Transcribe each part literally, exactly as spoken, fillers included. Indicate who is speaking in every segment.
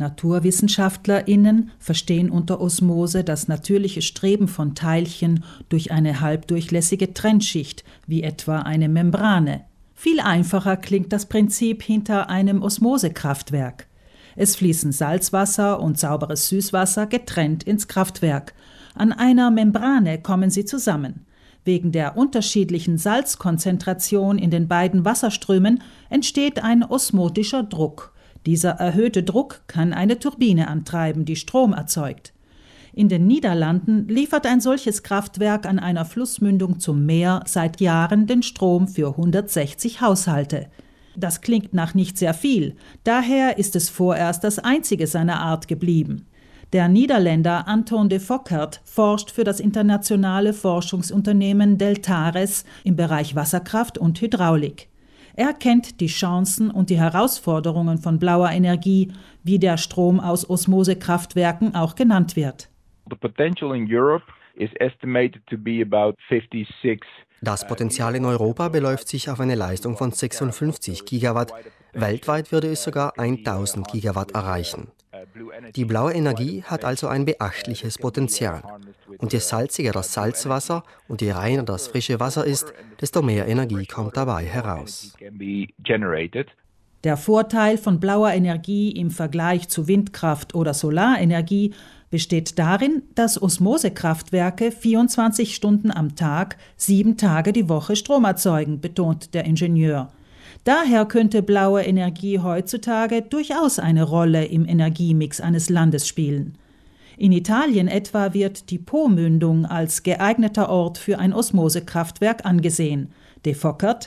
Speaker 1: NaturwissenschaftlerInnen verstehen unter Osmose das natürliche Streben von Teilchen durch eine halbdurchlässige Trennschicht, wie etwa eine Membrane. Viel einfacher klingt das Prinzip hinter einem Osmosekraftwerk. Es fließen Salzwasser und sauberes Süßwasser getrennt ins Kraftwerk. An einer Membrane kommen sie zusammen. Wegen der unterschiedlichen Salzkonzentration in den beiden Wasserströmen entsteht ein osmotischer Druck. Dieser erhöhte Druck kann eine Turbine antreiben, die Strom erzeugt. In den Niederlanden liefert ein solches Kraftwerk an einer Flussmündung zum Meer seit Jahren den Strom für hundertsechzig Haushalte. Das klingt nach nicht sehr viel, daher ist es vorerst das einzige seiner Art geblieben. Der Niederländer Anton de Fockert forscht für das internationale Forschungsunternehmen Deltares im Bereich Wasserkraft und Hydraulik. Er kennt die Chancen und die Herausforderungen von blauer Energie, wie der Strom aus Osmosekraftwerken auch genannt wird.
Speaker 2: The potential in Europe is estimated to be about fifty-six.
Speaker 3: Das Potenzial in Europa beläuft sich auf eine Leistung von sechsundfünfzig Gigawatt. Weltweit würde es sogar tausend Gigawatt erreichen. Die blaue Energie hat also ein beachtliches Potenzial. Und je salziger das Salzwasser und je reiner das frische Wasser ist, desto mehr Energie kommt dabei heraus.
Speaker 1: Der Vorteil von blauer Energie im Vergleich zu Windkraft oder Solarenergie besteht darin, dass Osmosekraftwerke vierundzwanzig Stunden am Tag, sieben Tage die Woche Strom erzeugen, betont der Ingenieur. Daher könnte blaue Energie heutzutage durchaus eine Rolle im Energiemix eines Landes spielen. In Italien etwa wird die Po-Mündung als geeigneter Ort für ein Osmosekraftwerk angesehen. De Fockert: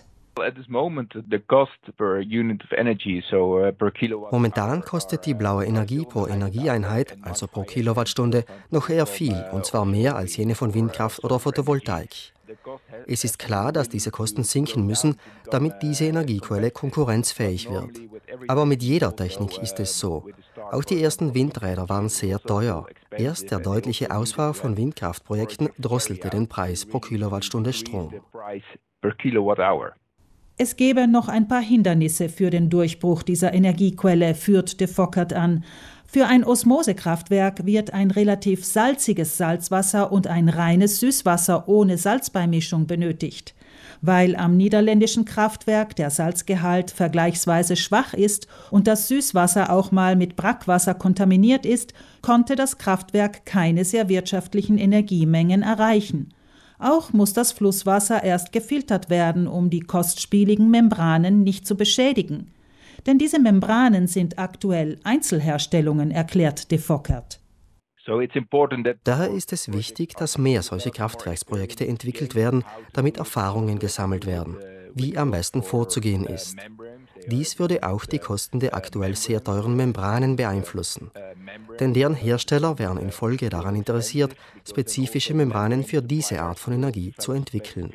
Speaker 3: Momentan kostet die blaue Energie pro Energieeinheit, also pro Kilowattstunde, noch eher viel, und zwar mehr als jene von Windkraft oder Photovoltaik. Es ist klar, dass diese Kosten sinken müssen, damit diese Energiequelle konkurrenzfähig wird. Aber mit jeder Technik ist es so. Auch die ersten Windräder waren sehr teuer. Erst der deutliche Ausbau von Windkraftprojekten drosselte den Preis pro Kilowattstunde Strom.
Speaker 1: Es gäbe noch ein paar Hindernisse für den Durchbruch dieser Energiequelle, führt de Fockert an. Für ein Osmosekraftwerk wird ein relativ salziges Salzwasser und ein reines Süßwasser ohne Salzbeimischung benötigt. Weil am niederländischen Kraftwerk der Salzgehalt vergleichsweise schwach ist und das Süßwasser auch mal mit Brackwasser kontaminiert ist, konnte das Kraftwerk keine sehr wirtschaftlichen Energiemengen erreichen. Auch muss das Flusswasser erst gefiltert werden, um die kostspieligen Membranen nicht zu beschädigen. Denn diese Membranen sind aktuell Einzelherstellungen, erklärt de Fockert.
Speaker 3: Daher ist es wichtig, dass mehr solche Kraftwerksprojekte entwickelt werden, damit Erfahrungen gesammelt werden, wie am besten vorzugehen ist. Dies würde auch die Kosten der aktuell sehr teuren Membranen beeinflussen. Denn deren Hersteller wären in Folge daran interessiert, spezifische Membranen für diese Art von Energie zu entwickeln.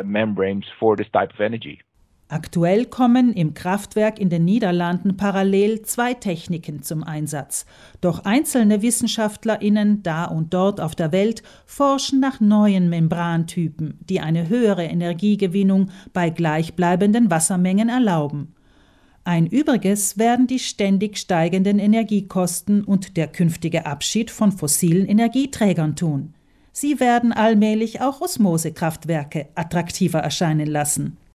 Speaker 1: Aktuell kommen im Kraftwerk in den Niederlanden parallel zwei Techniken zum Einsatz. Doch einzelne WissenschaftlerInnen da und dort auf der Welt forschen nach neuen Membrantypen, die eine höhere Energiegewinnung bei gleichbleibenden Wassermengen erlauben. Ein Übriges werden die ständig steigenden Energiekosten und der künftige Abschied von fossilen Energieträgern tun. Sie werden allmählich auch Osmosekraftwerke attraktiver erscheinen lassen.